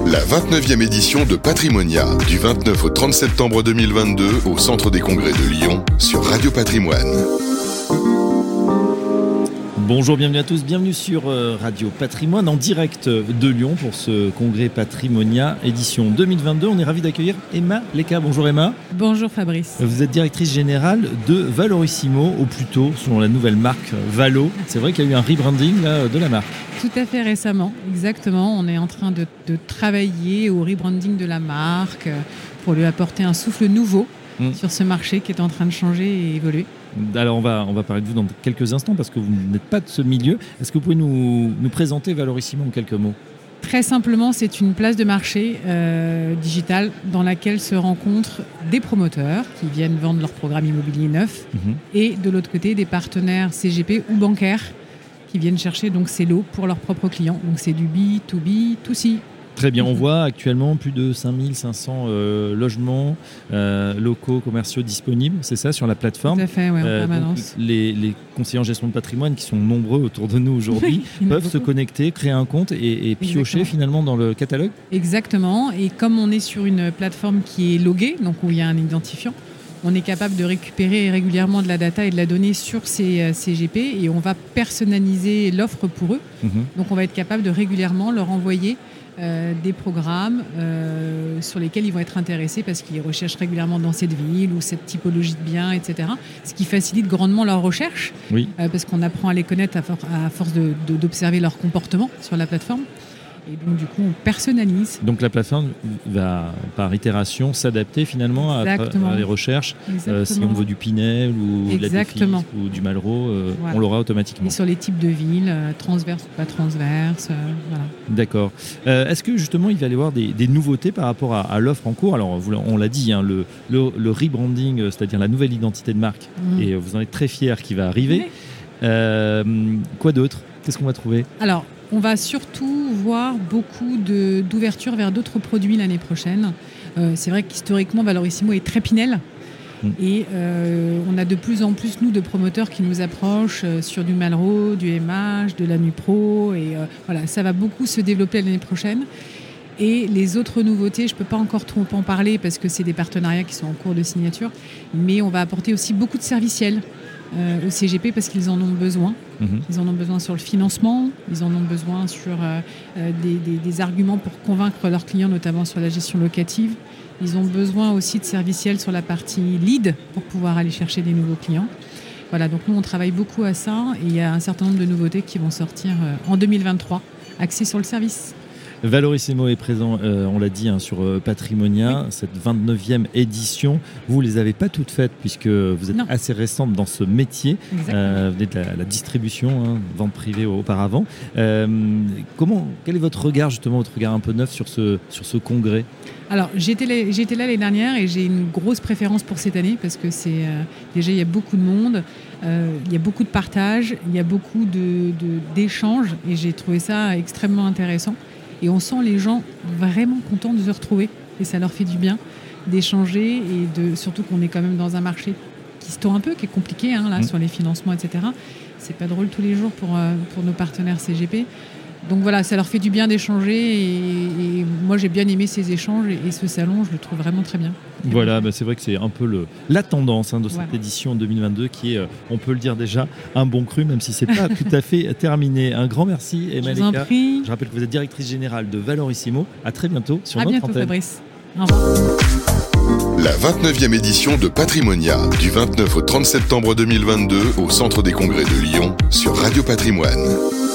La 29e édition de Patrimonia, du 29 au 30 septembre 2022 au Centre des Congrès de Lyon sur Radio Patrimoine. Bonjour, bienvenue à tous, bienvenue sur Radio Patrimoine en direct de Lyon pour ce congrès Patrimonia édition 2022. On est ravis d'accueillir Emma Lecca. Bonjour Emma. Bonjour Fabrice. Vous êtes directrice générale de Valorissimo, ou plutôt selon la nouvelle marque Valo. C'est vrai qu'il y a eu un rebranding là, de la marque. Tout à fait récemment, exactement. On est en train de travailler au rebranding de la marque pour lui apporter un souffle nouveau sur ce marché qui est en train de changer et évoluer. Alors on va parler de vous dans quelques instants parce que vous n'êtes pas de ce milieu. Est-ce que vous pouvez nous présenter Valorissimo en quelques mots ? Très simplement, c'est une place de marché digitale dans laquelle se rencontrent des promoteurs qui viennent vendre leurs programmes immobiliers neufs et de l'autre côté des partenaires CGP ou bancaires qui viennent chercher donc ces lots pour leurs propres clients. Donc c'est du B2B, 2C. Très bien, on voit actuellement plus de 5500 logements locaux, commerciaux disponibles, c'est ça, sur la plateforme. Tout à fait, oui, en permanence. Les conseillers en gestion de patrimoine qui sont nombreux autour de nous aujourd'hui peuvent se connecter, créer un compte et piocher finalement dans le catalogue. Exactement, et comme on est sur une plateforme qui est loguée, donc où il y a un identifiant, on est capable de récupérer régulièrement de la data et de la donnée sur ces CGP et on va personnaliser l'offre pour eux. Donc on va être capable de régulièrement leur envoyer des programmes sur lesquels ils vont être intéressés parce qu'ils recherchent régulièrement dans cette ville ou cette typologie de biens, etc. Ce qui facilite grandement leur recherche parce qu'on apprend à les connaître à force d'observer leur comportement sur la plateforme. Et donc, du coup, on personnalise. Donc, la plateforme va, par itération, s'adapter finalement à les recherches. Si on veut du Pinel ou de la Défis ou du Malraux, on l'aura automatiquement. Et sur les types de villes, transverses ou pas transverses. Voilà. D'accord. Est-ce que, justement, il va y avoir des nouveautés par rapport à l'offre en cours ? Alors, on l'a dit, hein, le rebranding, c'est-à-dire la nouvelle identité de marque, et vous en êtes très fiers, qui va arriver. Quoi d'autre ? Qu'est-ce qu'on va trouver ? Alors, on va surtout voir beaucoup d'ouverture vers d'autres produits l'année prochaine. C'est vrai qu'historiquement, Valorissimo est très Pinel. Et on a de plus en plus, nous, de promoteurs qui nous approchent sur du Malraux, du MH, de la Nupro. Et voilà, ça va beaucoup se développer l'année prochaine. Et les autres nouveautés, je ne peux pas encore trop en parler parce que c'est des partenariats qui sont en cours de signature. Mais on va apporter aussi beaucoup de serviciels au CGP parce qu'ils en ont besoin. Ils en ont besoin sur le financement, ils en ont besoin sur des arguments pour convaincre leurs clients, notamment sur la gestion locative. Ils ont besoin aussi de serviciels sur la partie lead pour pouvoir aller chercher des nouveaux clients. Voilà, donc nous on travaille beaucoup à ça et il y a un certain nombre de nouveautés qui vont sortir en 2023, axées sur le service. Valorissimo est présent, on l'a dit, sur Patrimonia, cette 29e édition. Vous ne les avez pas toutes faites puisque vous êtes assez récente dans ce métier. Vous êtes de la distribution, vente privée auparavant. Quel est votre regard, justement, votre regard un peu neuf sur ce congrès ? Alors, j'étais là l'année dernière et j'ai une grosse préférence pour cette année parce que déjà, il y a beaucoup de monde, il y a beaucoup de partage, il y a beaucoup d'échanges et j'ai trouvé ça extrêmement intéressant. Et on sent les gens vraiment contents de se retrouver. Et ça leur fait du bien d'échanger. Et surtout qu'on est quand même dans un marché qui se tend un peu, qui est compliqué sur les financements, etc. C'est pas drôle tous les jours pour nos partenaires CGP. Donc voilà, ça leur fait du bien d'échanger. Et moi, j'ai bien aimé ces échanges. Et ce salon, je le trouve vraiment très bien. Voilà, c'est vrai que c'est un peu la tendance de cette édition 2022 qui est, on peut le dire déjà, un bon cru, même si ce n'est pas tout à fait terminé. Un grand merci, Emma Lecca. Je rappelle que vous êtes directrice générale de Valorissimo. À très bientôt sur notre antenne. À bientôt, Fabrice. Au revoir. La 29e édition de Patrimonia, du 29 au 30 septembre 2022 au Centre des Congrès de Lyon sur Radio Patrimoine.